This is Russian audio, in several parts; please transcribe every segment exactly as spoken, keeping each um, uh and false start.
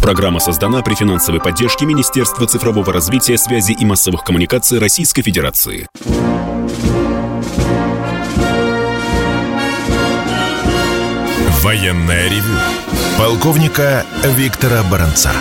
Программа создана при финансовой поддержке Министерства цифрового развития, связи и массовых коммуникаций Российской Федерации. Военное ревю полковника Виктора Баранца.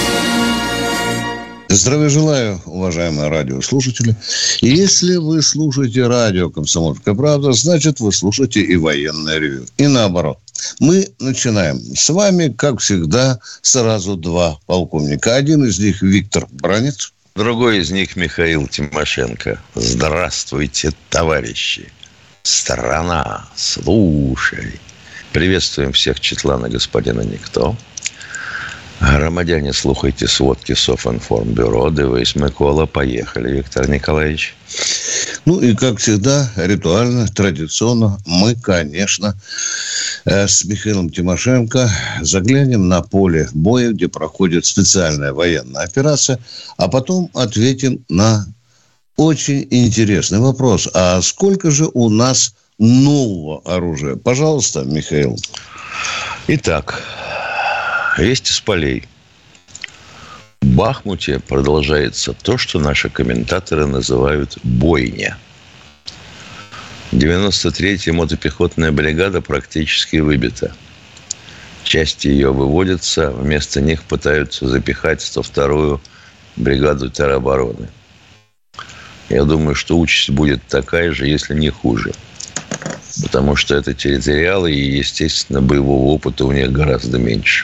Здравия желаю, уважаемые радиослушатели. Если вы слушаете радио «Комсомольская правда», значит, вы слушаете и военное ревю. И наоборот. Мы начинаем. С вами, как всегда, сразу два полковника. Один из них Виктор Баранец. Другой из них Михаил Тимошенко. Здравствуйте, товарищи. Страна, слушай. Приветствуем всех Четлана господина Никто. Громадяне, слухайте сводки Софинформбюро. Дивись, Микола. Поехали, Виктор Николаевич. Ну и, как всегда, ритуально, традиционно, мы, конечно, с Михаилом Тимошенко заглянем на поле боя, где проходит специальная военная операция, а потом ответим на очень интересный вопрос. А сколько же у нас нового оружия? Пожалуйста, Михаил. Итак, весть из полей. В Бахмуте продолжается то, что наши комментаторы называют бойня. девяносто третья мотопехотная бригада практически выбита. Части ее выводятся, вместо них пытаются запихать сто вторую бригаду теробороны. Я думаю, что участь будет такая же, если не хуже. Потому что это территориалы, и, естественно, боевого опыта у них гораздо меньше.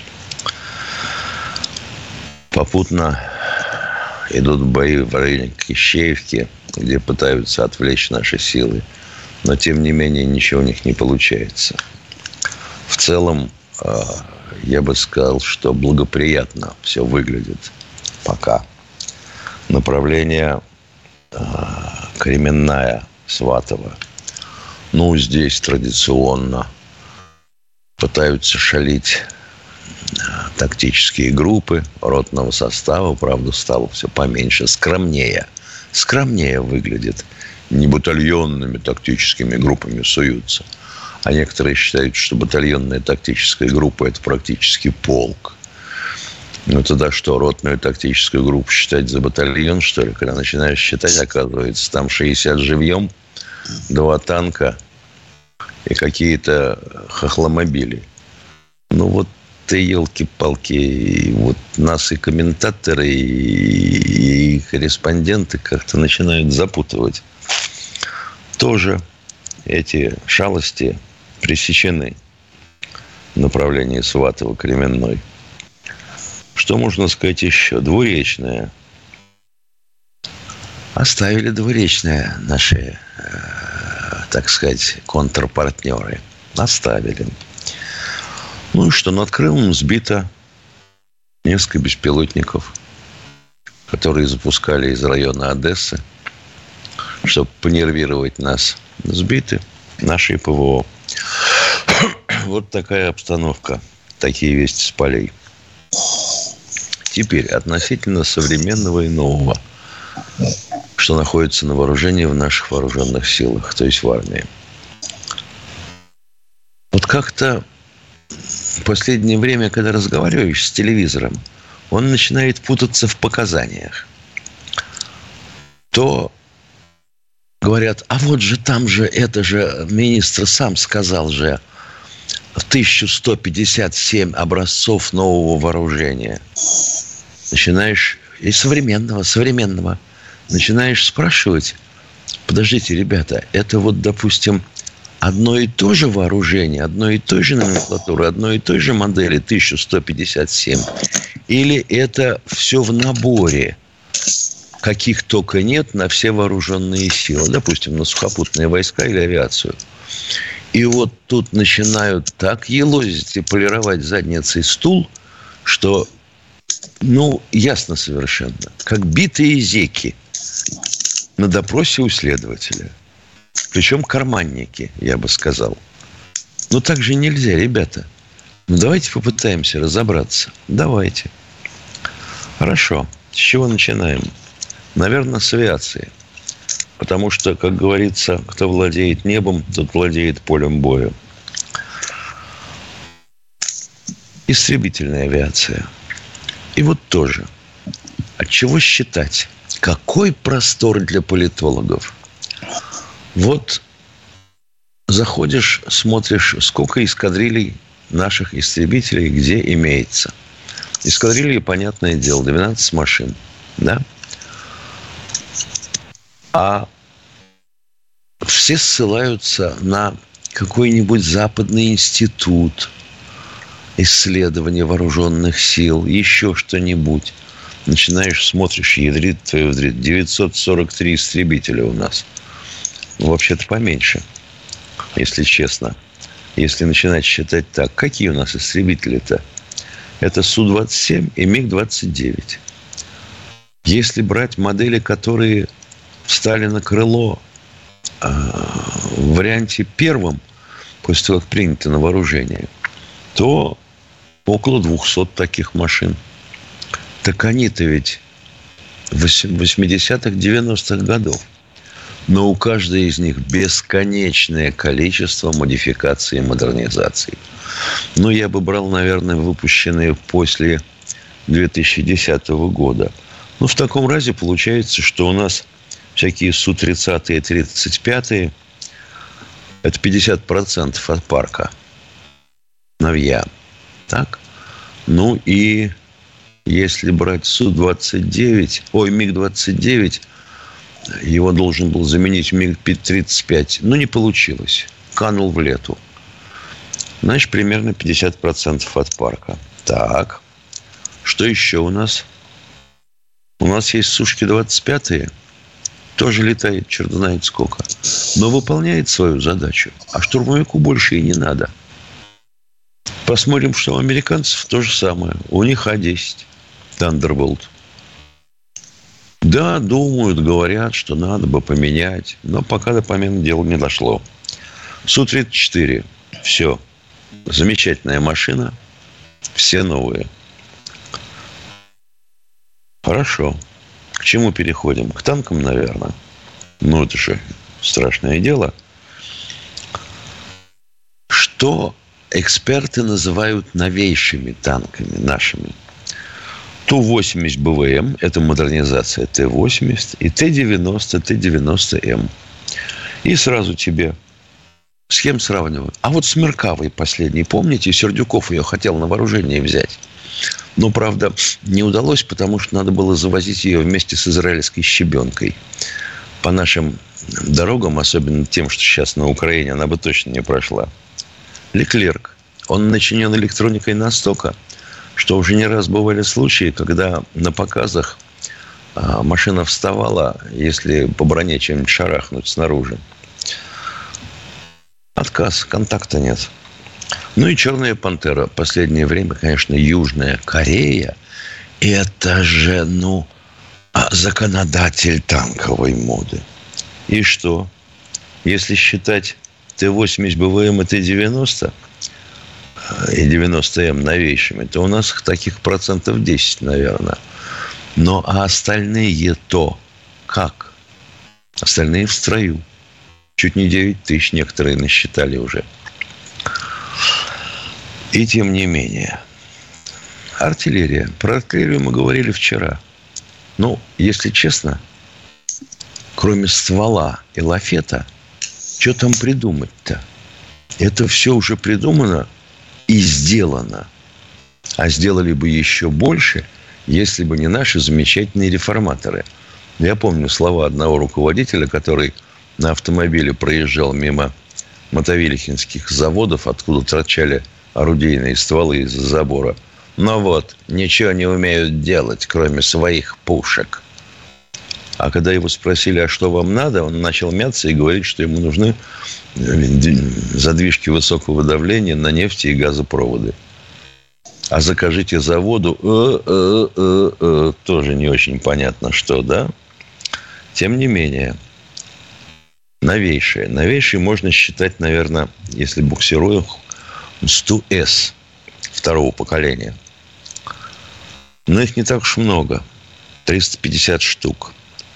Попутно идут бои в районе Кищеевки, где пытаются отвлечь наши силы. Но, тем не менее, ничего у них не получается. В целом, я бы сказал, что благоприятно все выглядит пока. Направление Кременная, Сватово. Ну, здесь традиционно пытаются шалить тактические группы ротного состава. Правда, стало все поменьше, скромнее. Скромнее выглядит. Не батальонными тактическими группами суются. А некоторые считают, что батальонная тактическая группа – это практически полк. Ну, тогда что, ротную тактическую группу считать за батальон, что ли? Когда начинаешь считать, оказывается, там шестьдесят живьем, два танка и какие-то хохломобили. Ну, вот ты, елки-палки, вот нас и комментаторы, и, и корреспонденты как-то начинают запутывать. Тоже эти шалости пресечены в направлении Сватово-Кременной. Что можно сказать еще? Двуречная. Оставили двуречные наши, э, так сказать, контрпартнеры. Оставили. Ну и что? Над Крымом сбито несколько беспилотников, которые запускали из района Одессы, чтобы понервировать нас. Сбиты наши ПВО. Вот такая обстановка. Такие вести с полей. Теперь относительно современного и нового, что находится на вооружении в наших вооруженных силах, то есть в армии. Вот как-то в последнее время, когда разговариваешь с телевизором, он начинает путаться в показаниях. То говорят, а вот же там же, это же министр сам сказал же, тысяча сто пятьдесят семь образцов нового вооружения. Начинаешь, и современного, современного, начинаешь спрашивать, подождите, ребята, это вот, допустим, одно и то же вооружение, одной и той же номенклатуры, одной и той же модели тысяча сто пятьдесят семь, или это все в наборе, каких только нет, на все вооруженные силы, допустим, на сухопутные войска или авиацию. И вот тут начинают так елозить и полировать задницей стул, что, ну, ясно совершенно, как битые зеки на допросе у следователя. Причем карманники, я бы сказал. Но так же нельзя, ребята. Ну, давайте попытаемся разобраться. Давайте. Хорошо. С чего начинаем? Наверное, с авиации. Потому что, как говорится, кто владеет небом, тот владеет полем боя. Истребительная авиация. И вот тоже. От чего считать? Какой простор для политологов? Вот заходишь, смотришь, сколько эскадрилей наших истребителей где имеется. Эскадрильи, понятное дело, двенадцать машин. Да? А все ссылаются на какой-нибудь западный институт исследования вооруженных сил, еще что-нибудь. Начинаешь, смотришь, ядрит твою вдрит. девятьсот сорок три истребителя у нас. Ну, вообще-то поменьше, если честно. Если начинать считать так, какие у нас истребители-то? Это Су двадцать семь и Миг двадцать девять. Если брать модели, которые встали на крыло э, в варианте первом, после того, как принято на вооружение, то около двухсот таких машин. Так они-то ведь восьмидесятых, девяностых годов. Но у каждой из них бесконечное количество модификаций и модернизаций. Ну, я бы брал, наверное, выпущенные после две тысячи десятого года. Ну, в таком разе получается, что у нас всякие Су тридцать и тридцать пять это пятьдесят процентов от парка. Новья. Так? Ну, и если брать Су двадцать девять, ой, Миг двадцать девять, его должен был заменить Миг тридцать пять. Ну, не получилось. Канул в лету. Значит, примерно пятьдесят процентов от парка. Так. Что еще у нас? У нас есть Сушки двадцать пять. Тоже летает, черт знает сколько. Но выполняет свою задачу. А штурмовику больше и не надо. Посмотрим, что у американцев то же самое. У них А десять. Thunderbolt. Да, думают, говорят, что надо бы поменять. Но пока до помены дело не дошло. Су тридцать четыре. Все. Замечательная машина. Все новые. Хорошо. К чему переходим? К танкам, наверное. Ну, это же страшное дело. Что эксперты называют новейшими танками нашими? Ту восемьдесят Бэ Вэ Эм, это модернизация Т восемьдесят, и Т девяносто, Т девяносто М. И сразу тебе с кем сравниваю? А вот с Меркавой последней, помните, Сердюков ее хотел на вооружение взять. Но, правда, не удалось, потому что надо было завозить ее вместе с израильской щебенкой. По нашим дорогам, особенно тем, что сейчас на Украине, она бы точно не прошла. Леклерк. Он начинен электроникой настолько, что уже не раз бывали случаи, когда на показах машина вставала, если по броне чем-нибудь шарахнуть снаружи. Отказ, контакта нет. Ну и «Черная пантера». Последнее время, конечно, Южная Корея. Это же, ну, законодатель танковой моды. И что? Если считать Т восемьдесят Бэ Вэ Эм и Т девяносто и девяносто М новейшими, то у нас таких процентов десять, наверное. Но а остальные-то как? Остальные в строю. Чуть не девять тысяч некоторые насчитали уже. И тем не менее. Артиллерия. Про артиллерию мы говорили вчера. Ну, если честно, кроме ствола и лафета, что там придумать-то? Это все уже придумано и сделано. А сделали бы еще больше, если бы не наши замечательные реформаторы. Я помню слова одного руководителя, который на автомобиле проезжал мимо мотовилихинских заводов, откуда торчали орудийные стволы из-за забора. Но вот, ничего не умеют делать, кроме своих пушек. А когда его спросили, а что вам надо, он начал мяться и говорить, что ему нужны задвижки высокого давления на нефти и газопроводы. А закажите заводу, э, э, э, э, тоже не очень понятно, что, да? Тем не менее, новейшие. Новейшие можно считать, наверное, если буксируем, сто эс второго поколения. Но их не так уж много. триста пятьдесят штук.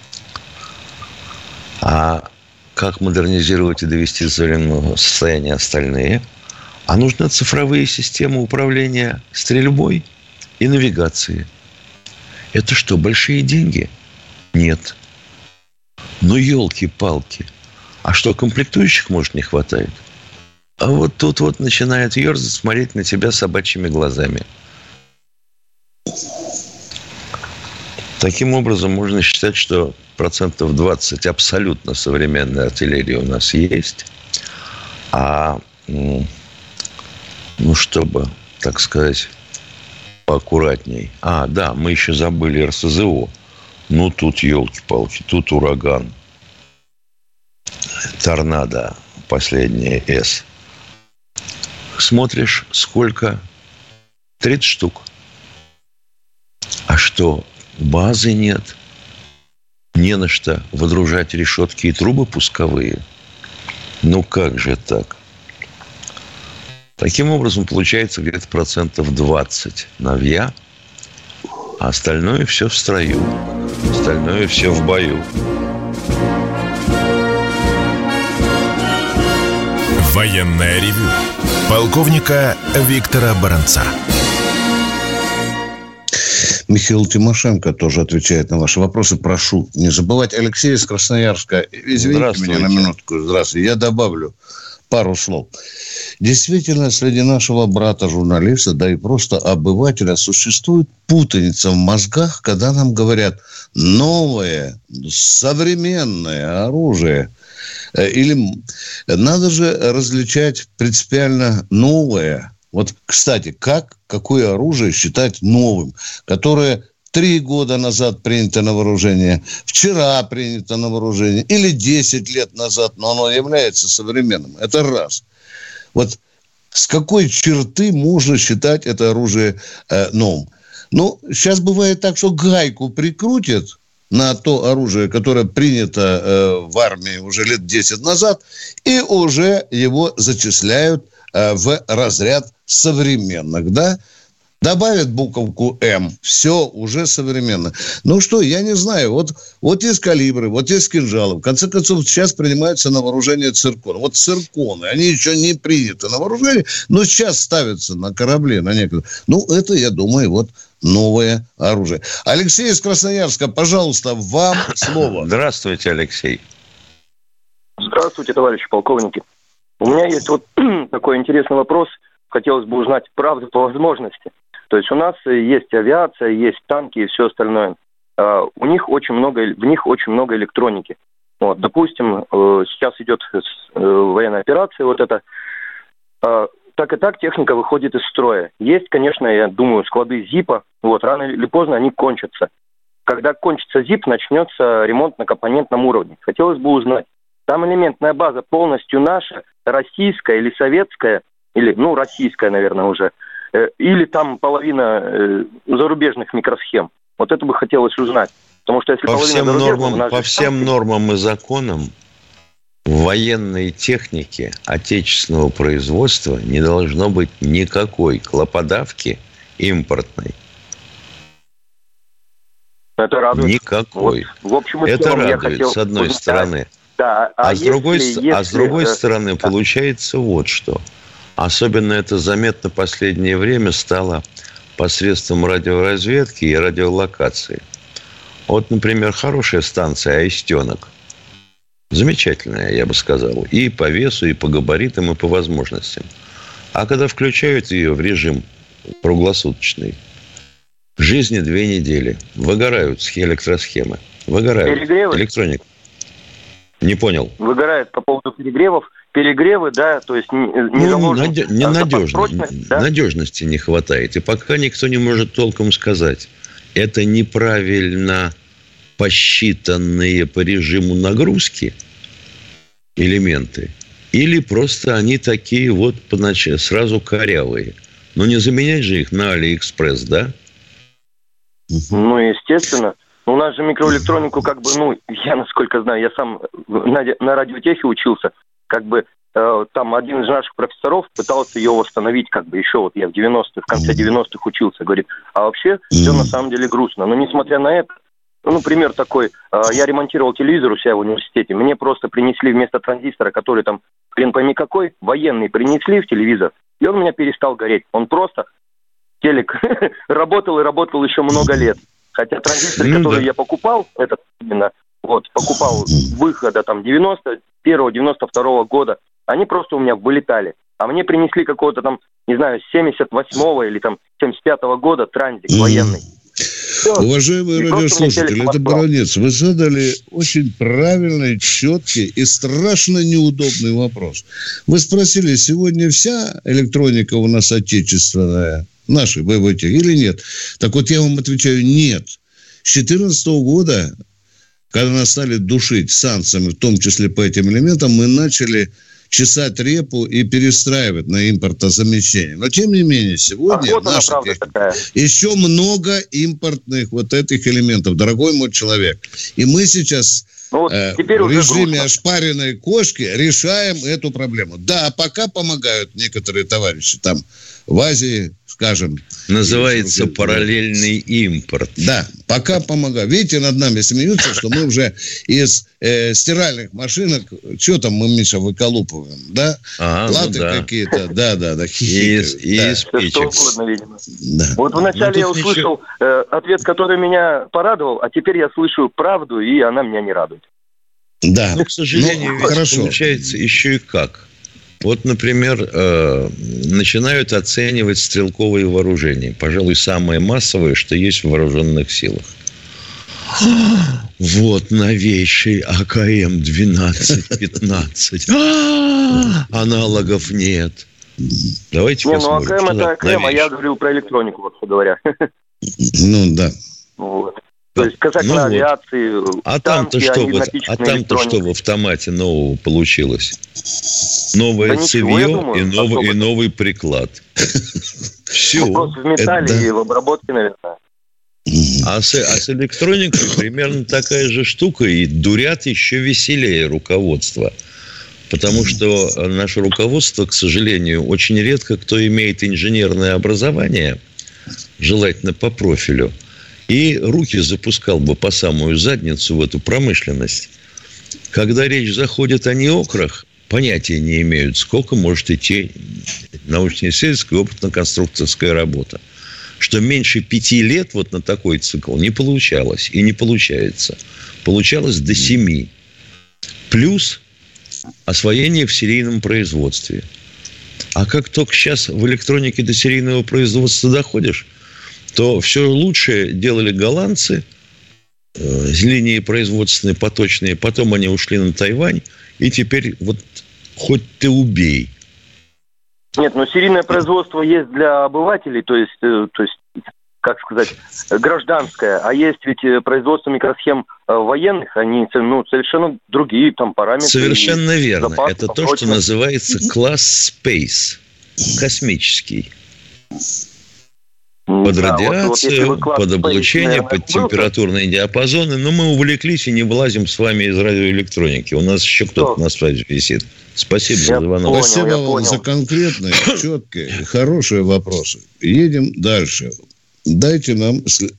А как модернизировать и довести до современного состояния остальные? А нужны цифровые системы управления стрельбой и навигации. Это что, большие деньги? Нет. Ну, елки-палки. А что, комплектующих, может, не хватает? А вот тут вот начинает ерзать, смотреть на тебя собачьими глазами. Таким образом, можно считать, что процентов двадцать абсолютно современной артиллерии у нас есть. А, ну, чтобы, так сказать, поаккуратней. А, да, мы еще забыли эр эс зэ о. Ну, тут елки-палки, тут ураган. Торнадо, последняя С. Смотришь, сколько? тридцать штук. А что, базы нет? Не на что выдружать решетки и трубы пусковые? Ну, как же так? Таким образом, получается где-то процентов двадцать навья, а остальное все в строю. Остальное все в бою. Военное ревю полковника Виктора Баранца. Михаил Тимошенко тоже отвечает на ваши вопросы. Прошу не забывать. Алексей из Красноярска. Извините меня на минутку. Здравствуйте. Я добавлю пару слов. Действительно, среди нашего брата-журналиста, да и просто обывателя, существует путаница в мозгах, когда нам говорят новое, современное оружие. Или надо же различать принципиально новое. Вот, кстати, как, какое оружие считать новым, которое три года назад принято на вооружение, вчера принято на вооружение, или десять лет назад, но оно является современным. Это раз. Вот с какой черты можно считать это оружие э, новым? Ну, сейчас бывает так, что гайку прикрутят на то оружие, которое принято э, в армии уже лет десять назад, и уже его зачисляют э, в разряд современных, да? Добавят буковку «М», все уже современно. Ну что, я не знаю, вот, вот есть калибры, вот есть кинжалы. В конце концов, сейчас принимаются на вооружение цирконы. Вот цирконы, они еще не приняты на вооружение, но сейчас ставятся на корабли, на некоторые. Ну, это, я думаю, вот новое оружие. Алексей из Красноярска, пожалуйста, вам слово. Здравствуйте, Алексей. Здравствуйте, товарищи полковники. У меня есть вот такой интересный вопрос. Хотелось бы узнать правду по возможности. То есть у нас есть авиация, есть танки и все остальное. Uh, у них очень много, в них очень много электроники. Вот, допустим, uh, сейчас идет uh, военная операция, вот это. Uh, так и так техника выходит из строя. Есть, конечно, я думаю, склады ЗИПа. Вот, рано или поздно они кончатся. Когда кончится ЗИП, начнется ремонт на компонентном уровне. Хотелось бы узнать, там элементная база полностью наша, российская или советская, или, ну, российская, наверное, уже, или там половина э, зарубежных микросхем. Вот это бы хотелось узнать. Потому что если по половина всем зарубежных... нормам, по всем танки... нормам и законам в военной технике отечественного производства не должно быть никакой клоподавки импортной. Это радует. Никакой. Вот, в общем, это радует, с одной узнать. стороны. Да, а, а, если, с другой, если... а с другой да. стороны, да. получается вот что. Особенно это заметно в последнее время стало посредством радиоразведки и радиолокации. Вот, например, хорошая станция «Аистенок». Замечательная, я бы сказал. И по весу, и по габаритам, и по возможностям. А когда включают ее в режим круглосуточный, жизни две недели. Выгорают электросхемы. Выгорают. Перегревы? Электроник. Не понял. Выгорает по поводу перегревов. Перегревы, да, то есть не, не ну, заложено. Наде- ненадежно, да? Надежности не хватает. И пока никто не может толком сказать, это неправильно посчитанные по режиму нагрузки элементы, или просто они такие вот поначалу сразу корявые. Но не заменять же их на Алиэкспресс, да? Ну, естественно. У нас же микроэлектронику как бы, ну, я насколько знаю, я сам на, на радиотехе учился, как бы э, там один из наших профессоров пытался ее восстановить, как бы еще вот я в девяностых, в конце девяностых учился, говорит, а вообще все на самом деле грустно. Но несмотря на это, ну, пример такой, э, я ремонтировал телевизор у себя в университете, мне просто принесли вместо транзистора, который там, хрен пойми какой, военный, принесли в телевизор, и он у меня перестал гореть. Он просто, телек, работал и работал еще много лет. Хотя транзисторы, Ну, которые да. я покупал, это именно, вот, покупал выхода там девяносто первого девяносто второго года, они просто у меня вылетали. А мне принесли какого-то там, не знаю, семьдесят восьмого или там семьдесят пятого года транзит Мгм. военный. Всё. Уважаемые И просто радиослушатели, мне это телефон Баранец. Вы задали очень правильный, четкий и страшно неудобный вопрос. Вы спросили, сегодня вся электроника у нас отечественная, наши ВВТ, или нет? Так вот я вам отвечаю, нет. С две тысячи четырнадцатого года, когда нас стали душить санкциями, в том числе по этим элементам, мы начали чесать репу и перестраивать на импортозамещение. Но, тем не менее, сегодня Охота на наша правду техника... такая. Еще много импортных вот этих элементов, дорогой мой человек. И мы сейчас Ну, вот э, теперь в уже режиме грустно. ошпаренной кошки решаем эту проблему. Да, пока помогают некоторые товарищи там в Азии, скажем. Называется или- параллельный импорт. Да, пока помогают. Видите, над нами смеются, что мы уже из э, стиральных машинок, что там мы, Миша, выколупываем, да? А, ну Платы да. какие-то, да, да, да. И хихикают, из, и да. из Всё что печек. угодно, видимо. Да. Вот вначале Ну, я тут услышал э, ответ, который меня порадовал, а теперь я слышу правду, и она меня не радует. Да. Но, к сожалению, Ну, ведь хорошо. получается еще и как. Вот, например, э, начинают оценивать стрелковые вооружения. Пожалуй, самое массовое, что есть в вооруженных силах. Вот новейший А К М двенадцать пятнадцать. Аналогов нет. Давайте Не, ну посмотрим. АКМ что это там АКМ, а я новейшее. говорил про электронику, вообще говоря. Ну, да. Вот. То есть касательно Ну вот. авиации, А танки, там-то что, они вот, напичканы а там-то что электроникой. в автомате нового получилось? Новое Да ничего, цевье я думаю, и, новый, и особо. новый приклад. Все. Вопрос в металле Это да. и в обработке, наверное. А с, а с электроникой примерно такая же штука. И дурят еще веселее руководство. Потому что наше руководство, к сожалению, очень редко кто имеет инженерное образование, желательно по профилю, и руки запускал бы по самую задницу в эту промышленность. Когда речь заходит о неокрах, понятия не имеют, сколько может идти научно-исследовательская опытно-конструкторская работа. Что меньше пяти лет вот на такой цикл не получалось и не получается. Получалось до семи. Плюс освоение в серийном производстве. А как только сейчас в электронике до серийного производства доходишь, то все лучшее делали голландцы, э, линии производственные поточные, потом они ушли на Тайвань, и теперь вот хоть ты убей. Нет, но серийное производство есть для обывателей, то есть, э, то есть, как сказать, гражданское, а есть ведь э, производство микросхем э, военных, они ну, совершенно другие там параметры. Совершенно и верно. запасы, Это то, прочее. что называется класс Space. Космический. Под Да, вот- вот радиацию, если вы класс под Space, облучение, наверное, под был бы. температурные диапазоны. Но мы увлеклись и не вылазим с вами из радиоэлектроники. У нас еще кто-то Что? на связи висит. Спасибо Я за звонок. понял, Спасибо я вам понял. за конкретные, четкие, хорошие вопросы. Едем дальше. Дайте нам... сл-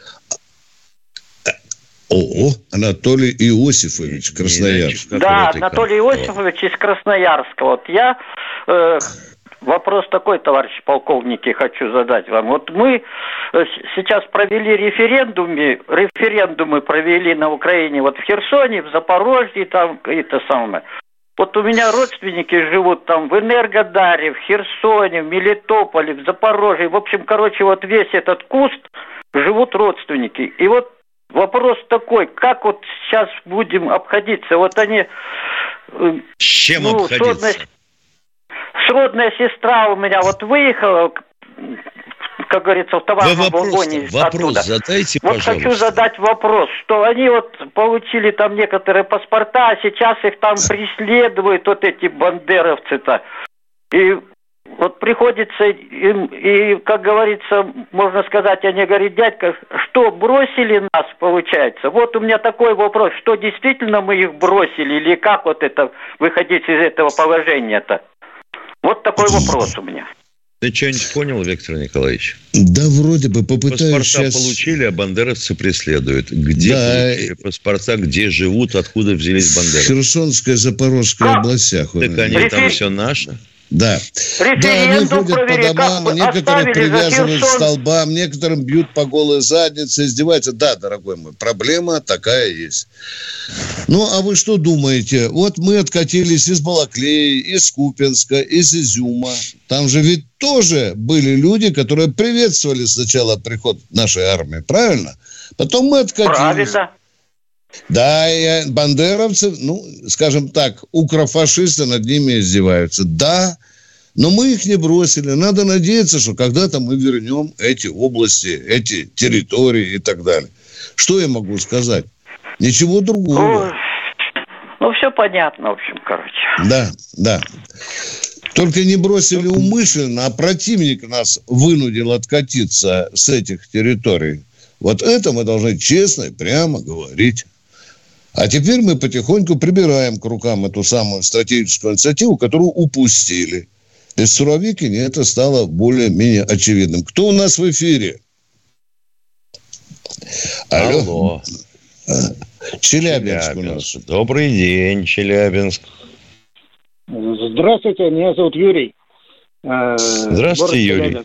О, Анатолий Иосифович, Красноярск. Как Да, ротый Анатолий контроль. Иосифович из Красноярска. Вот я э, вопрос такой, товарищ полковники, хочу задать вам. Вот мы э, с- сейчас провели референдумы, референдумы провели на Украине, вот в Херсоне, в Запорожье, там и то самое. Вот у меня родственники живут там в Энергодаре, в Херсоне, в Мелитополе, в Запорожье. В общем, короче, вот весь этот куст живут родственники. И вот вопрос такой, как вот сейчас будем обходиться? Вот они... э, С чем ну, обходиться? сродная, сродная сестра у меня вот выехала, как говорится, в Вы товарном вопрос, вагоне вопрос оттуда. задайте, Вот пожалуйста. хочу задать вопрос, что они вот получили там некоторые паспорта, а сейчас их там преследуют вот эти бандеровцы-то. И вот приходится им, и, как говорится, можно сказать, они говорят, дядька, что, бросили нас, получается? Вот у меня такой вопрос, что действительно мы их бросили, или как вот это выходить из этого положения-то? Вот такой вопрос у меня. Ты что-нибудь понял, Виктор Николаевич? Да, вроде бы, попытаюсь Паспорта сейчас... получили, а бандеровцы преследуют. Где Да, получили паспорта, где живут, откуда взялись бандеровцы? Херсонская, Запорожская Как? областях. Так они Рефер- там все наше. Да. Да, они ходят по домам, некоторые привязывают к столбам, некоторым бьют по голой заднице, издеваются. Да, дорогой мой, проблема такая есть. Ну, а вы что думаете? Вот мы откатились из Балаклеи, из Купенска, из Изюма. Там же ведь тоже были люди, которые приветствовали сначала приход нашей армии, правильно? Потом мы откатились. Правильно. Да, и бандеровцы, ну, скажем так, укрофашисты над ними издеваются. Да, но мы их не бросили. Надо надеяться, что когда-то мы вернем эти области, эти территории и так далее. Что я могу сказать? Ничего другого. Ну, все понятно, в общем, короче. Да, да. Только не бросили умышленно, а противник нас вынудил откатиться с этих территорий. Вот это мы должны честно и прямо говорить. А теперь мы потихоньку прибираем к рукам эту самую стратегическую инициативу, которую упустили. Из Суровикине это стало более-менее очевидным. Кто у нас в эфире? Алло. Алло. Челябинск, Челябинск у нас. Добрый день, Челябинск. Здравствуйте, меня зовут Юрий. Здравствуйте, Юрий.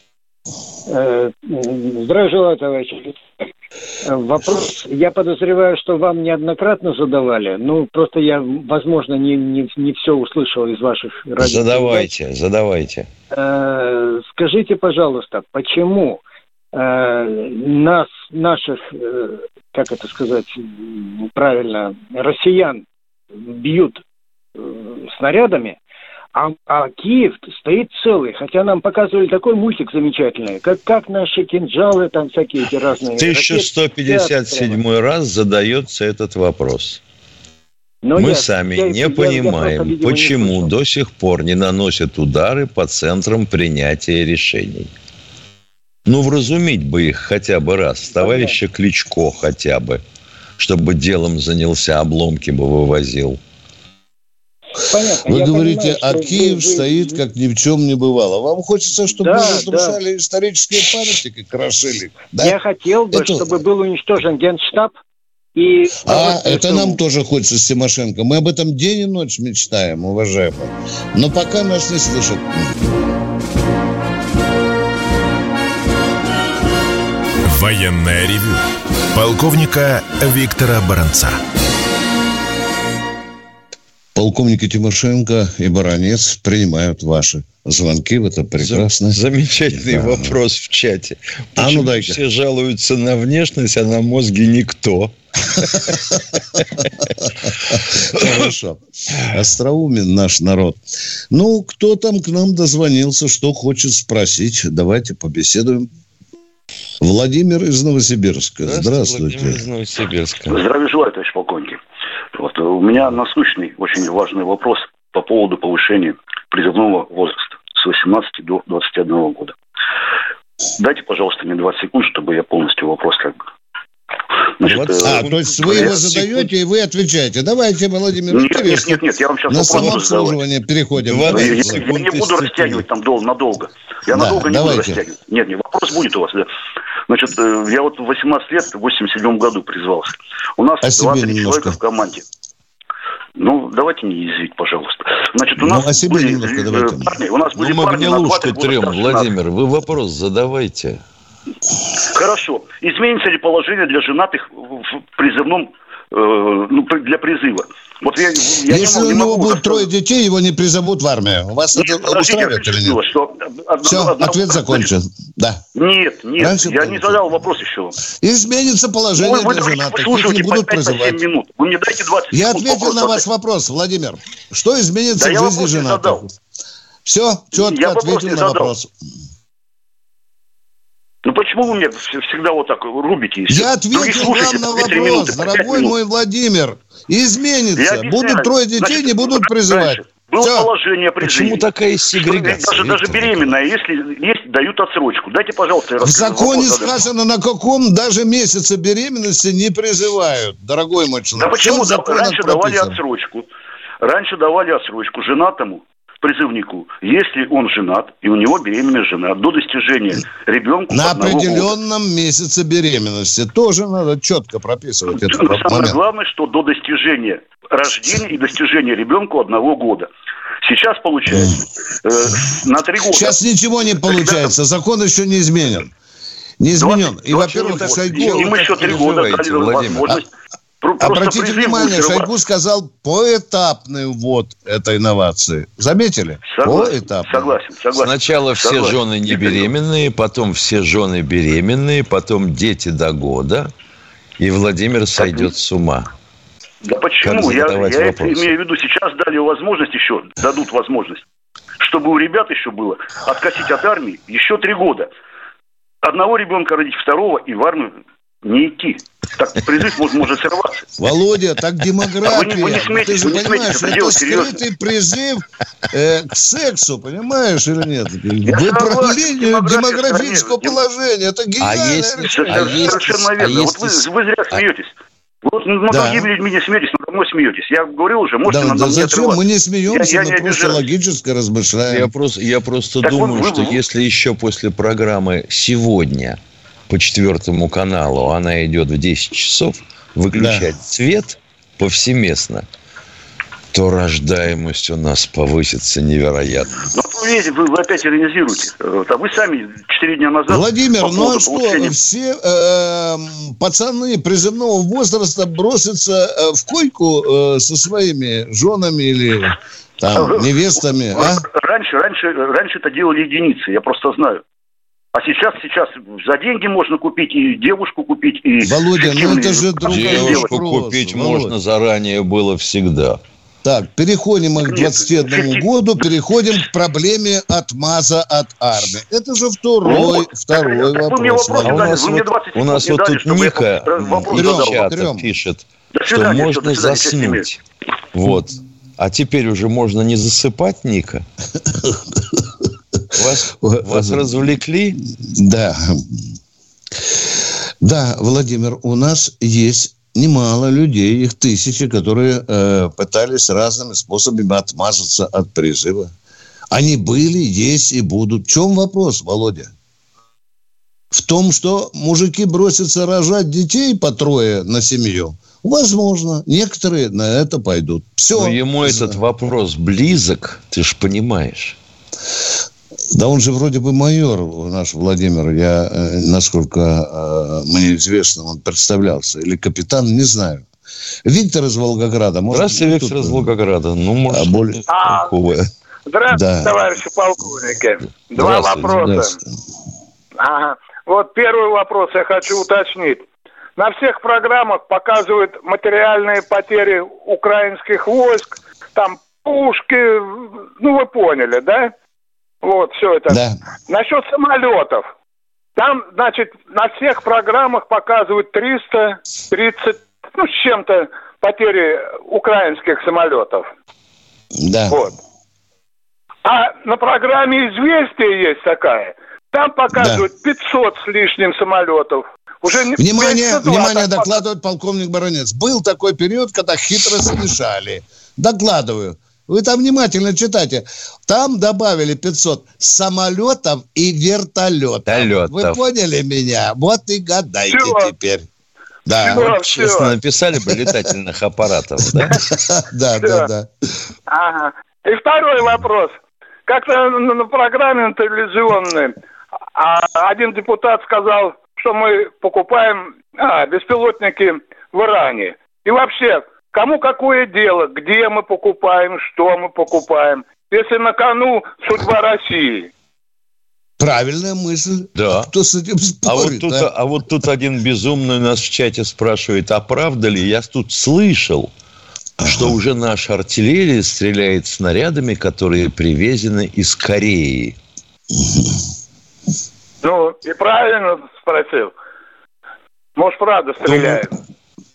Здравия желаю, товарищи. Вопрос, я подозреваю, что вам неоднократно задавали. Ну, просто я, возможно, не, не, не все услышал из ваших радиопередач. Задавайте, задавайте. Э, скажите, пожалуйста, почему э, нас, наших, э, как это сказать правильно, россиян бьют э, снарядами, А, а Киев стоит целый, хотя нам показывали такой мультик замечательный, как, как наши кинжалы, там всякие эти разные... тысяча сто пятьдесят седьмой раз задается этот вопрос. Но Мы я, сами я, не я, понимаем, я просто, почему не до сих пор не наносят удары по центрам принятия решений. Ну, вразумить бы их хотя бы раз, товарища Кличко хотя бы, чтобы делом занялся, обломки бы вывозил. Понятно. Вы Я говорите, понимаю, а Киев вы, стоит, как ни в чем не бывало. Вам хочется, чтобы да, мы разрушали да. исторические памятники, крошили? Да? Я хотел бы, это... чтобы был уничтожен Генштаб. И... А, это нам тоже хочется с Тимошенко. Мы об этом день и ночь мечтаем, уважаемые. Но пока нас не слышат. Военное ревю полковника Виктора Баранца. Полковники Тимошенко и Баранец принимают ваши звонки. Это прекрасно. Замечательный да. вопрос в чате. Почему а ну дайте. Все жалуются на внешность, а на мозги никто? Хорошо. Остроумен наш народ. Ну, кто там к нам дозвонился, что хочет спросить? Давайте побеседуем. Владимир из Новосибирска. Здравствуйте. Владимир из Новосибирска. Здравия желаю, товарищ полковник. Вот, у меня насущный, очень важный вопрос по поводу повышения призывного возраста с восемнадцати до двадцати одного года. Дайте, пожалуйста, мне двадцать секунд, чтобы я полностью вопрос как бы... Значит, а, э, то есть вы его задаете и вы отвечаете. Давайте, Владимир, нет, нет, нет, нет, я вам сейчас на самообслуживание переходим. Я, я, я не буду растягивать там дол- надолго. Я да, надолго не давайте. буду растягивать. Нет, нет, вопрос будет у вас. Да. Значит, я вот в восемнадцать лет, в восемьдесят седьмом году призвался. У нас двадцать человека в команде. Ну, давайте не язвить, пожалуйста. Значит, у нас ну, о себе были немножко, парни, у нас были ну, парни мы на двадцать трем, Владимир, вы вопрос задавайте. Хорошо. Изменится ли положение для женатых в призывном, э, ну, для призыва? Вот я, я Если не, у не него будет рассказать. трое детей, его не призовут в армию. У вас нет, это устраивает или нет? Что... Все, одного... ответ закончен. Да. Нет, нет, Раньше я не задал вопрос еще. Изменится положение ну, для женатых. Их не будут призывать. Минут. Вы мне дайте двадцать Я секунд ответил на ваш вопрос, Владимир. Что изменится да в жизни женатых? Все, четко я ответил на задал. вопрос. Ну почему вы мне всегда вот так рубите? Я ответил вам на вопрос, минуты, дорогой мой Владимир. Изменится. Будут трое детей, Значит, не будут призывать. Было Все. положение при Почему жизни. такая сегрегация? Даже, даже беременная, если есть, дают отсрочку. Дайте, пожалуйста, я В законе сказано, на каком даже месяце беременности не призывают, дорогой мой человек. Да почему? Раньше давали отсрочку. Раньше давали отсрочку женатому призывнику, если он женат, и у него беременная жена, до достижения ребенка... На определенном года. месяце беременности. Тоже надо четко прописывать этот момент. Самое главное, что до достижения рождения и достижения ребенку одного года. Сейчас получается э, на три года. Сейчас ничего не получается, закон еще не изменен. Не изменен. И, во-первых, Шойгу... Им еще три года дали возможность. Обратите внимание, Шойгу сказал поэтапный ввод этой инновации. Заметили? Согласен, согласен, согласен. Сначала все согласен. Жены не беременные, потом все жены беременные, потом дети до года, и Владимир сойдет так, с ума. Да почему? Я, я это имею в виду, сейчас дали возможность еще, дадут возможность, чтобы у ребят еще было откосить от армии еще три года. Одного ребенка родить, второго, и в армию не идти. Так призыв может, может сорваться. Володя, так демография. А вы не, вы не смеете, ты же не понимаешь, это, это скрытый призыв э, к сексу, понимаешь или нет? Я Выправлению демографического положения. Это гениально. А есть, а есть, совершенно верно. А вот вы, вы зря смеетесь. Вот над да. другими людьми не смеетесь, надо мной смеетесь. Я говорил уже, можете да, надо да мной зачем? отрываться. Мы не смеемся, я, мы я не просто логически размышляем. Я просто, я просто так думаю, вот, что вы... если еще после программы «Сегодня» по четвертому каналу она идет в десять часов, выключать да. свет повсеместно, то рождаемость у нас повысится невероятно. Ну, вы видите, вы, вы опять иронизируете. А вы сами четыре дня назад... Владимир, ну а что, получения... все э, пацаны призывного возраста бросятся э, в койку э, со своими женами или там, невестами, а? Раньше, раньше, раньше это делали единицы, я просто знаю. А сейчас, сейчас за деньги можно купить и девушку купить, и... Володя, ну это же другой девушку вопрос. Купить Володя. Можно заранее было всегда. Так, переходим мы к двадцать первому году, переходим к проблеме отмаза от армии. Это же второй, вот, второй так, вопрос. Так а у нас, вот, у нас вот тут Ника Трем пишет, до свидания, что можно что, заснуть. Вот. А теперь уже можно не засыпать, Ника? Вас, вас развлекли? Да. Да, Владимир, у нас есть немало людей, их тысячи, которые э, пытались разными способами отмазаться от призыва. Они были, есть и будут. В чем вопрос, Володя? В том, что мужики бросятся рожать детей по трое на семью? Возможно. Некоторые на это пойдут. Все. Но ему этот вопрос близок, ты ж понимаешь. Да он же вроде бы майор, наш Владимир, я, насколько э, мне известно, он представлялся. Или капитан, не знаю. Виктор из Волгограда. Может, здравствуйте, Виктор тут... из Волгограда. Ну, может, а, более... а, здравствуйте, да. Товарищи полковники. Два вопроса. Ага. Вот первый вопрос я хочу уточнить. На всех программах показывают материальные потери украинских войск. Там пушки, ну вы поняли, да? Вот, все это. Да. Насчет самолетов. Там, значит, на всех программах показывают триста тридцать, ну, с чем-то потери украинских самолетов. Да. Вот. А на программе «Известия» есть такая. Там показывают да. пятьсот с лишним самолетов. Уже внимание, внимание, докладывает полковник Баранец. Был такой период, когда хитро смешали. Докладываю. Вы там внимательно читайте. Там добавили пятьсот самолетов и вертолетов. Вертолетов. Вы поняли меня? Вот и гадайте все. Теперь. Да. Все, вот, все. Честно написали бы летательных аппаратов, да? Да, да, да. Ага. И второй вопрос. Как-то на программе телевизионной один депутат сказал, что мы покупаем а, беспилотники в Иране. И вообще... Кому какое дело, где мы покупаем, что мы покупаем, если на кону судьба России? Правильная мысль. Да. Кто с этим спорит? А вот, тут, да? а вот тут один безумный у нас в чате спрашивает, а правда ли? Я тут слышал, ага. что уже наша артиллерия стреляет снарядами, которые привезены из Кореи. Ну, и правильно спросил. Может, правда стреляет? Ну,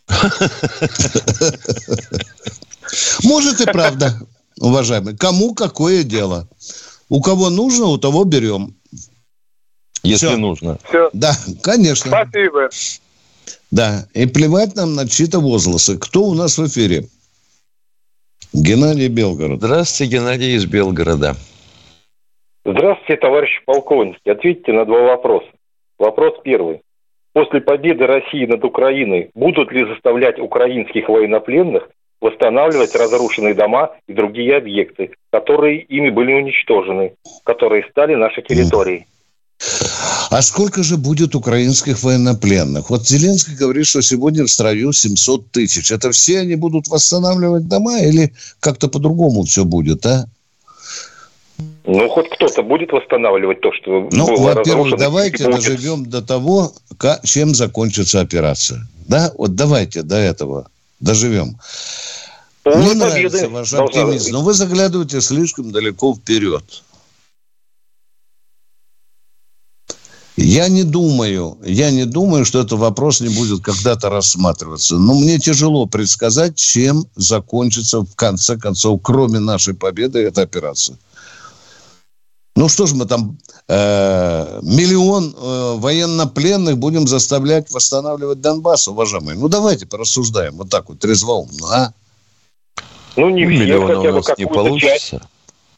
может и правда, уважаемый. Кому какое дело? У кого нужно, у того берем. Если Все. нужно. Все. Да, конечно. Спасибо. Да, и плевать нам на чьи-то возгласы. Кто у нас в эфире? Геннадий, Белгород. Здравствуйте, Геннадий из Белгорода. Здравствуйте, товарищи полковники. Ответьте на два вопроса. Вопрос первый. После победы России над Украиной будут ли заставлять украинских военнопленных восстанавливать разрушенные дома и другие объекты, которые ими были уничтожены, которые стали нашей территорией. А сколько же будет украинских военнопленных? Вот Зеленский говорит, что сегодня в строю семьсот тысяч. Это все они будут восстанавливать дома или как-то по-другому все будет, а? Ну, хоть кто-то будет восстанавливать то, что ну, было разрушено. Во-первых, давайте доживем до того, чем закончится операция. Да? Вот давайте до этого доживем. Ну, Мне нравится ваш оптимизм, но вы заглядываете слишком далеко вперед. Я не думаю, я не думаю, что этот вопрос не будет когда-то рассматриваться. Но мне тяжело предсказать, чем закончится в конце концов, кроме нашей победы, эта операция. Ну что ж мы там э, миллион э, военнопленных будем заставлять восстанавливать Донбасс, уважаемые? Ну давайте порассуждаем вот так вот трезвоумно, а? Ну не миллион у нас не получится. Часть.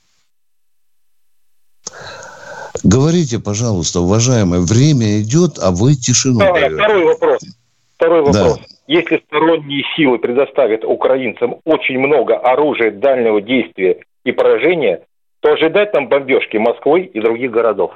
Говорите, пожалуйста, уважаемые, время идет, а вы тишину даете. Второй вопрос. Второй вопрос. Да. Если сторонние силы предоставят украинцам очень много оружия дальнего действия и поражения, то ожидать нам бомбежки Москвы и других городов.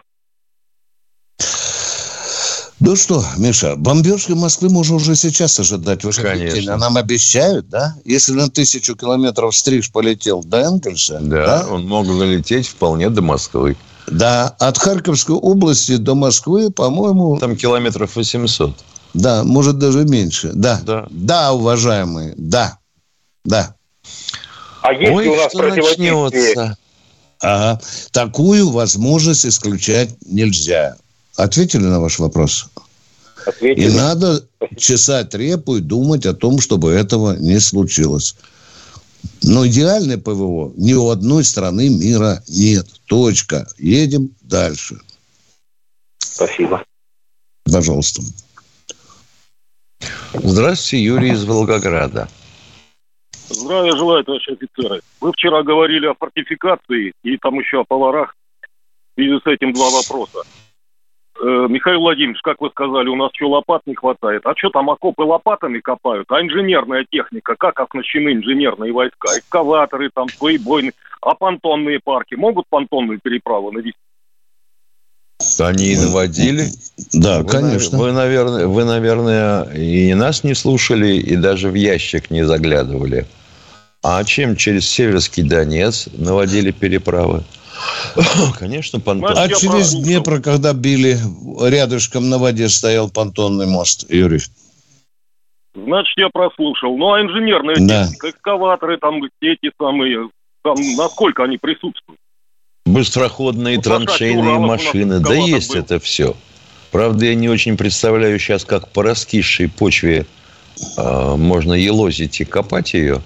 Ну что, Миша, бомбежки Москвы можно уже сейчас ожидать. Вы Конечно. А нам обещают, да? Если на тысячу километров стриж полетел до Энгельса... Да, да, он мог долететь вполне до Москвы. Да, от Харьковской области до Москвы, по-моему... Там километров восемьсот. Да, может, даже меньше. Да, да, да, уважаемые, да, да. А если Ой, у нас противодействие... Ага. Такую возможность исключать нельзя. Ответили на ваш вопрос? Ответили. И надо чесать репу и думать о том, чтобы этого не случилось. Но идеальной ПВО ни у одной страны мира нет. Точка. Едем дальше. Спасибо. Пожалуйста. Здравствуйте, Юрий из Волгограда. Здравия желаю, товарищи офицеры. Вы вчера говорили о фортификации и там еще о поварах. В связи с этим два вопроса. Э, Михаил Владимирович, как вы сказали, у нас что, лопат не хватает? А что там, окопы лопатами копают? А инженерная техника, как оснащены инженерные войска? Экскаваторы, там, своебойные. А понтонные парки могут понтонные переправы навести? Они и наводили. Да, вы, конечно. Вы, наверное, вы, наверное, и нас не слушали, и даже в ящик не заглядывали. А чем через Северский Донец наводили переправы? Конечно, понтон. А через Днепр, когда били, рядышком на воде стоял понтонный мост, Юрий. Значит, я прослушал. Ну, а инженерная да. техника, экскаваторы, там, эти самые, там, насколько они присутствуют? Быстроходные ну, траншейные машины. Да есть был. Это все. Правда, я не очень представляю сейчас, как по раскисшей почве э, можно елозить и копать ее.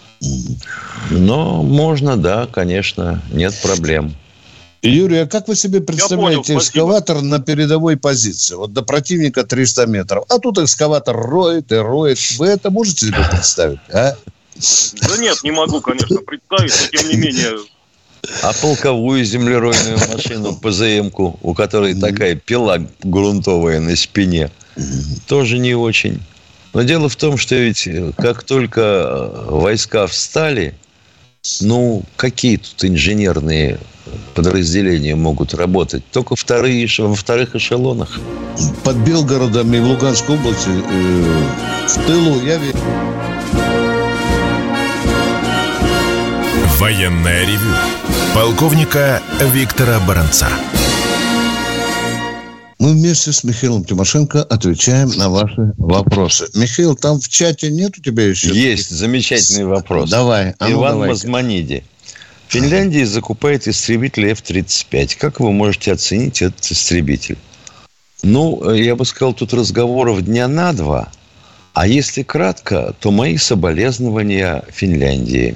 Но можно, да, конечно, нет проблем. Юрий, а как вы себе представляете понял, экскаватор на передовой позиции? Вот до противника триста метров. А тут экскаватор роет и роет. Вы это можете себе представить, а? Да нет, не могу, конечно, представить, но тем не менее... А полковую землеройную машину, ПЗМ-ку, у которой такая пила грунтовая на спине, тоже не очень. Но дело в том, что ведь как только войска встали, ну, какие тут инженерные подразделения могут работать? Только вторые, во вторых эшелонах. Под Белгородом и в Луганской области э, в тылу я вижу. Военное ревю полковника Виктора Баранца. Мы вместе с Михаилом Тимошенко отвечаем на ваши вопросы. Михаил, там в чате нет у тебя еще? Есть замечательный вопрос. Давай. А ну, Иван давайте. Мазманиди. Финляндия закупает истребитель эф тридцать пять. Как вы можете оценить этот истребитель? Ну, я бы сказал, тут разговоров дня на два. А если кратко, то мои соболезнования Финляндии.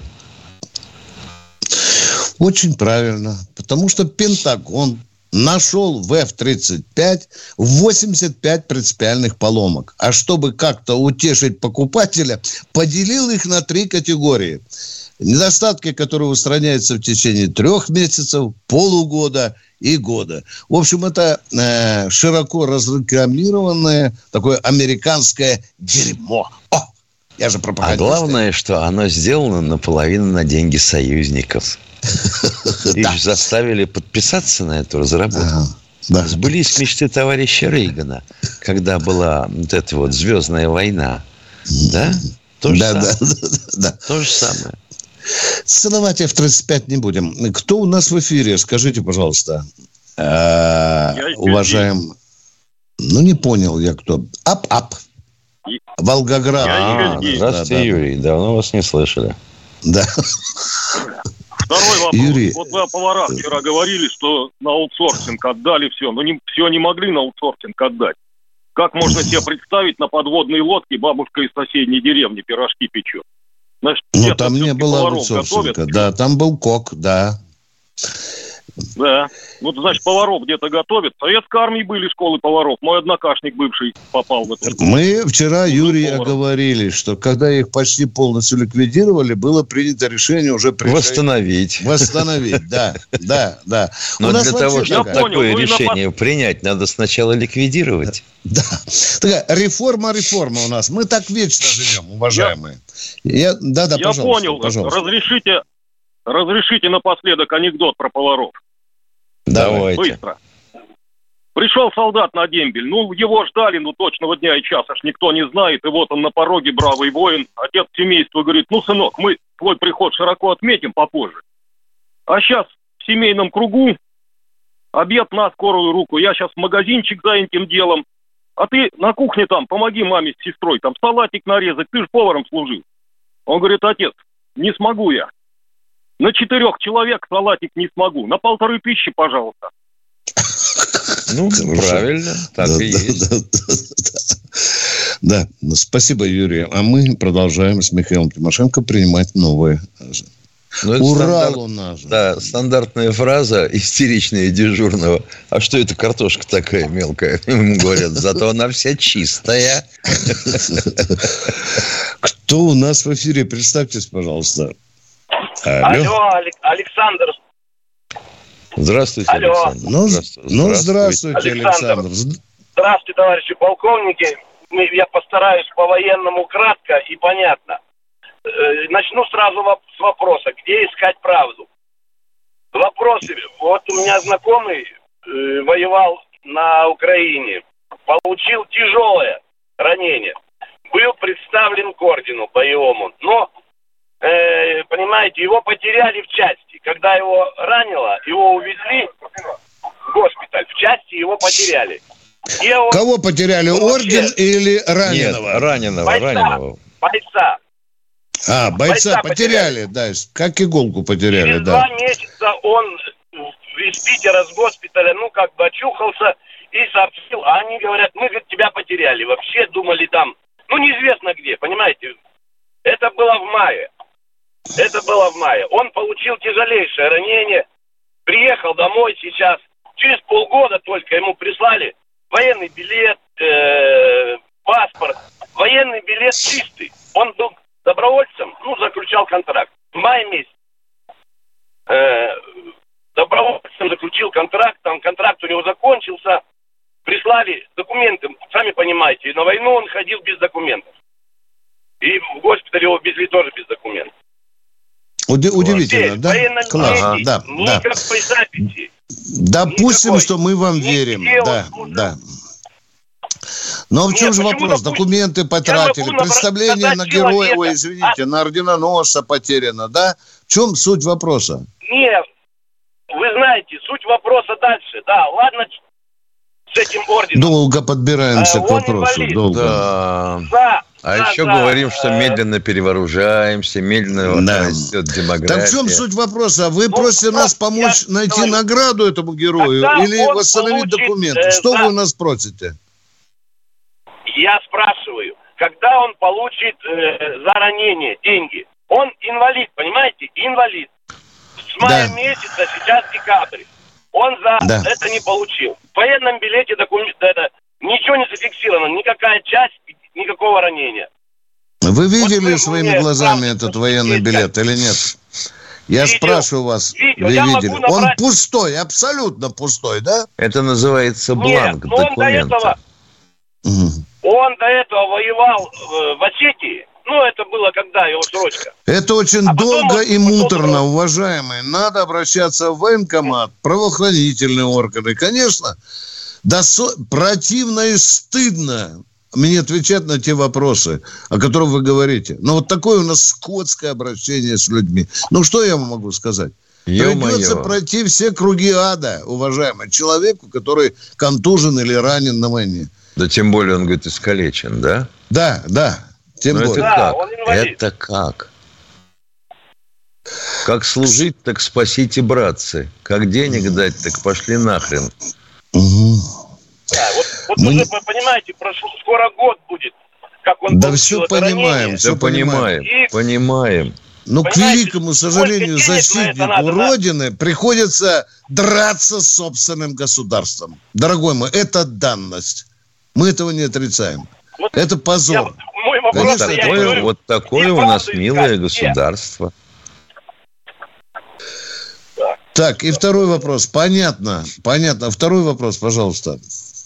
Очень правильно. Потому что Пентагон нашел в эф тридцать пять восемьдесят пять принципиальных поломок. А чтобы как-то утешить покупателя, поделил их на три категории. Недостатки, которые устраняются в течение трех месяцев, полугода и года. В общем, это э, широко разрекламированное такое американское дерьмо. О! Я же пропагандист. А главное, что оно сделано наполовину на деньги союзников. Их заставили подписаться на эту разработку. Да. Сбылись мечты товарища Рейгана, когда была вот эта вот «Звездная война». Да? То же да, самое. Да, да, да. То же самое. Целовать эф тридцать пять не будем. Кто у нас в эфире? Скажите, пожалуйста. Уважаем... Ну, не понял я, кто. Ап-ап. Волгоград. А, здравствуйте, да, Юрий. Да. Давно вас не слышали. Да. Второй вопрос. Юрий... Вот вы о поварах вчера говорили, что на аутсорсинг отдали все. Но не, все не могли на аутсорсинг отдать. Как можно себе представить, на подводной лодке бабушка из соседней деревни пирожки печет? Значит, ну, там не было аутсорсинга. Да, там был кок, да. Да. Вот, значит, поваров где-то готовят. В советской армии были школы поваров. Мой однокашник бывший попал в эту школу. Мы вчера, Юрий, оговорили, что когда их почти полностью ликвидировали, было принято решение уже... Пришить... Восстановить. Восстановить, да, да, да. Но для того, чтобы такое решение принять, надо сначала ликвидировать. Да. Такая реформа-реформа у нас. Мы так вечно живем, уважаемые. Я, да, да, Я понял. Пожалуйста. Разрешите, разрешите напоследок анекдот про поваров. Давайте. Быстро. Пришел солдат на дембель. Ну, его ждали, ну, точного дня и часа ж никто не знает. И вот он на пороге, бравый воин. Отец семейства говорит: ну, сынок, мы твой приход широко отметим попозже. А сейчас в семейном кругу обед на скорую руку. Я сейчас в магазинчик за этим делом. А ты на кухне там помоги маме с сестрой. Там салатик нарезать. Ты же поваром служил. Он говорит: отец, не смогу я. На четырех человек салатик не смогу. На полторы тысячи, пожалуйста. Ну, правильно. Так да, и да, есть. Да, да, да. да. Ну, спасибо, Юрий. А мы продолжаем с Михаилом Тимошенко принимать новые. Ну, Урал стандарт, у нас же. Да, стандартная фраза истеричная дежурного. А что это картошка такая мелкая? Ему говорят, зато она вся чистая. Кто у нас в эфире? Представьтесь, пожалуйста. Алло, Алло Александр. Здравствуйте, Алло. Александр. Ну, здравствуйте, ну, здравствуйте Александр. Александр. Здравствуйте, товарищи полковники. Я постараюсь по-военному кратко и понятно. Начну сразу с вопроса, где искать правду. Вопрос, вот у меня знакомый э, воевал на Украине, получил тяжелое ранение, был представлен к ордену боевому, но, э, понимаете, его потеряли в части. Когда его ранило, его увезли в госпиталь, в части его потеряли. И он, Кого потеряли, орден вообще... или раненого? Нет, раненого, бойца, раненого. Бойца. А, бойца, бойца потеряли, потеряли, да, как иголку потеряли, Через да. два месяца он из Питера, с госпиталя, ну, как бы очухался и сообщил, а они говорят, мы, говорит, тебя потеряли. Вообще думали там, ну, неизвестно где, понимаете. Это было в мае. Это было в мае. Он получил тяжелейшее ранение, приехал домой сейчас. Через полгода только ему прислали военный билет, э, паспорт. Военный билет чистый. Он был добровольцем, ну, заключал контракт. В мае месяце. Э, добровольцем заключил контракт, там контракт у него закончился. Прислали документы, сами понимаете, на войну он ходил без документов. И в госпитале его везли тоже без документов. Уди- удивительно, да? Класс. Ага, да, никакой да. записи. Допустим, никакой. что мы вам верим. Да, да. Но в чем Нет, же вопрос? Допустим? Документы потратили, представление на героя, человека. Ой, извините, а? на орденоносца потеряно, да? В чем суть вопроса? Нет, вы знаете, суть вопроса дальше. Да, ладно, с этим орденом. Долго подбираемся а, к вопросу. Инвалид. Долго. Да. Да. А да, еще да, говорим, да. что медленно перевооружаемся, медленно да. растет демография. Так в чем суть вопроса? Вы ну, просите ну, нас помочь я, найти я, награду этому герою или восстановить получит, документы? Э, что да. вы у нас просите? Я спрашиваю, когда он получит э, за ранение деньги? Он инвалид, понимаете? Инвалид. С мая да. месяца, сейчас декабрь. Он за да. это не получил. В военном билете документ, это, ничего не зафиксировано, никакая часть, никакого ранения. Вы видели вот своими глазами этот военный билет или нет? Я видел, спрашиваю вас, видел. Вы Я видели? Набрать... Он пустой, абсолютно пустой, да? Это называется бланк нет, документа. Он до этого, угу. он до этого воевал э, в Осетии, Ну, это было когда, его срочка. Это очень а долго потом, и муторно, потом... уважаемые. Надо обращаться в военкомат, правоохранительные органы. Конечно, досо... противно и стыдно мне отвечать на те вопросы, о которых вы говорите. Но вот такое у нас скотское обращение с людьми. Ну, что я вам могу сказать? Ё-моё. Придется пройти все круги ада, уважаемый, человеку, который контужен или ранен на войне. Да тем более он, говорит, искалечен, да? Да, да, тем Но более. Это да, как? Это как? Как служить, так спасите, братцы. Как денег дать, так пошли нахрен. Угу. Да, вот, вот Мы... уже, понимаете, прошло, скоро год будет, как он да все понимаем, все да понимаем, И... понимаем. Но, к великому сожалению, защитнику Родины приходится драться с собственным государством. Дорогой мой, это данность. Мы этого не отрицаем. Вот это позор. Я, мой вопрос, вот такое, говорю, вот такое у нас милое государство. Так, и второй вопрос. Понятно, понятно. Второй вопрос, пожалуйста.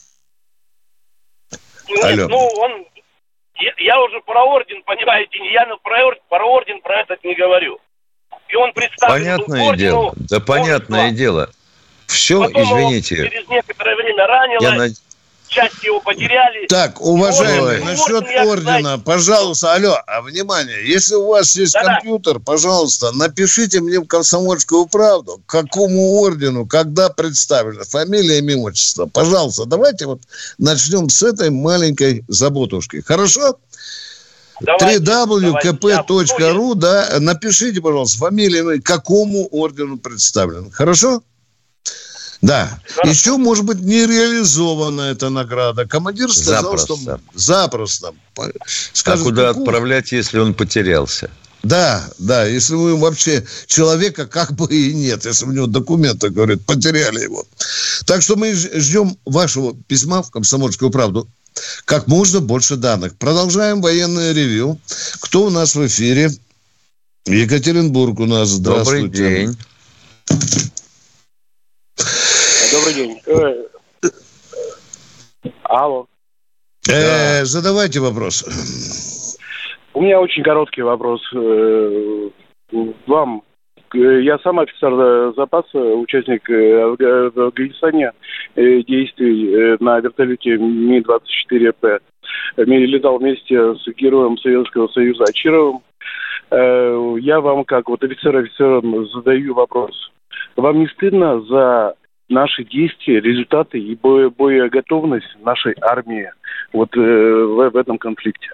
Нет, Алло. ну, он... Я, я уже про орден, понимаете, я про, ор, про орден про этот не говорю. И он представлен понятное ордену, дело, да понятное орден. дело. Все, потом извините. Его через некоторое время ранило, я над... часть его потеряли. Так, уважаемый, Ой. насчет орден, ордена, знаете... пожалуйста, алло, а внимание, если у вас есть да-да. компьютер, пожалуйста, напишите мне в «Комсомольскую правду», к какому ордену, когда представлено, фамилия, имя, отчество. Пожалуйста, давайте вот начнем с этой маленькой заботушки. Хорошо? три дабл ю ка пэ точка ру, да, напишите, пожалуйста, фамилию, к какому ордену представлен. Хорошо? Да. Хорошо. Еще, может быть, не реализована эта награда. Командир сказал, запросто. что запросто. Скажет, а куда какую? отправлять, если он потерялся? Да, да, если вы вообще человека как бы и нет, если у него документы, говорят, потеряли его. Так что мы ждем вашего письма в «Комсомольскую правду». Как можно больше данных. Продолжаем военное ревью. Кто у нас в эфире? Екатеринбург у нас. Здравствуйте. Добрый день. Добрый день. Алло. Э, задавайте вопрос. У меня очень короткий вопрос вам. Я сам офицер запаса, участник в Афганистане действий на вертолете Ми двадцать четыре П. Летал вместе с героем Советского Союза Ачировым. Я вам, как вот офицер-офицерам, задаю вопрос. Вам не стыдно за наши действия, результаты и бо- боеготовность нашей армии вот э, в, в этом конфликте?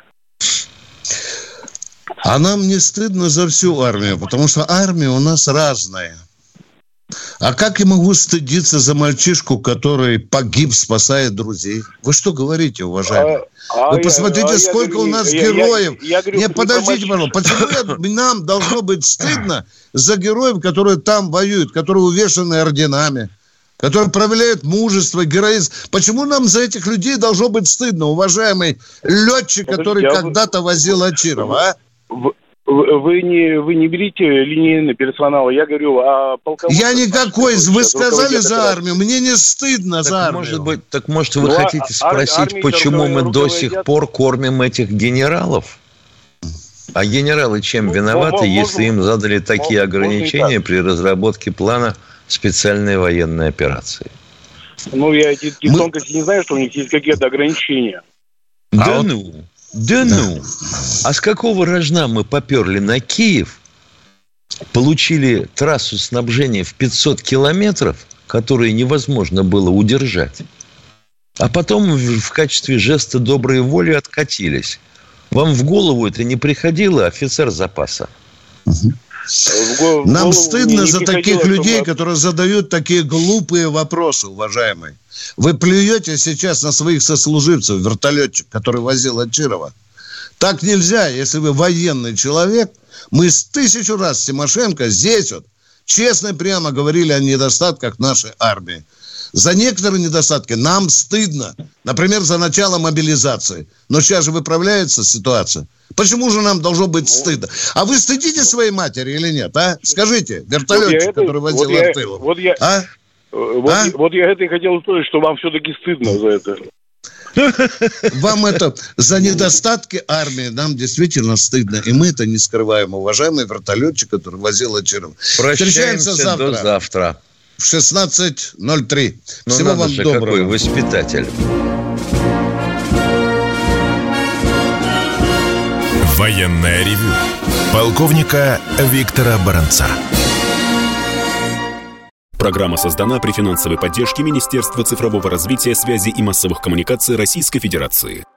А нам не стыдно за всю армию, потому что армия у нас разная. А как я могу стыдиться за мальчишку, который погиб, спасая друзей? Вы что говорите, уважаемые? А, Вы а посмотрите, я, сколько а у нас я, героев. Я, я, я говорю, не, подождите, пожалуйста. Почему нам должно быть стыдно за героев, которые там воюют, которые увешаны орденами, которые проявляют мужество, героизм? Почему нам за этих людей должно быть стыдно, уважаемый летчик, который я когда-то возил Ачирова, а? Вы не, вы не берите линейный персонал. Я говорю о полководце. Я никакой. Вы сказали за армию. Мне не стыдно так за армию. Может быть, так может вы ну, хотите спросить, ар- почему мы до сих пор кормим этих генералов? А генералы чем ну, виноваты, ну, если можем, им задали такие ну, ограничения при разработке плана специальной военной операции? Ну, я эти, эти мы... тонкости не знаю, что у них есть какие-то ограничения. Да а ну... Вот... Да ну, а с какого рожна мы поперли на Киев, получили трассу снабжения в пятьсот километров, которые невозможно было удержать, а потом в качестве жеста доброй воли откатились. Вам в голову это не приходило, офицер запаса? Нам стыдно за таких людей, которые задают такие глупые вопросы, уважаемые. Вы плюете сейчас на своих сослуживцев, вертолетчик, который возил Ачирова. Так нельзя, если вы военный человек. Мы с тысячу раз с Тимошенко здесь вот честно и прямо говорили о недостатках нашей армии. За некоторые недостатки нам стыдно. Например, за начало мобилизации. Но сейчас же выправляется ситуация. Почему же нам должно быть стыдно? А вы стыдите своей матери или нет, а? Скажите, вертолетчик, вот который возил вот Артылов. Вот я, а? Вот, а? вот я это и хотел услышать, что вам все-таки стыдно за это. Вам это за недостатки армии нам действительно стыдно. И мы это не скрываем. Уважаемый вертолетчик, который возил очередь. Встречаемся завтра. До завтра. В шестнадцать ноль три. Ну, Всего вам же, доброго. Какой воспитатель. Военное ревю полковника Виктора Баранца. Программа создана при финансовой поддержке Министерства цифрового развития, связи и массовых коммуникаций Российской Федерации.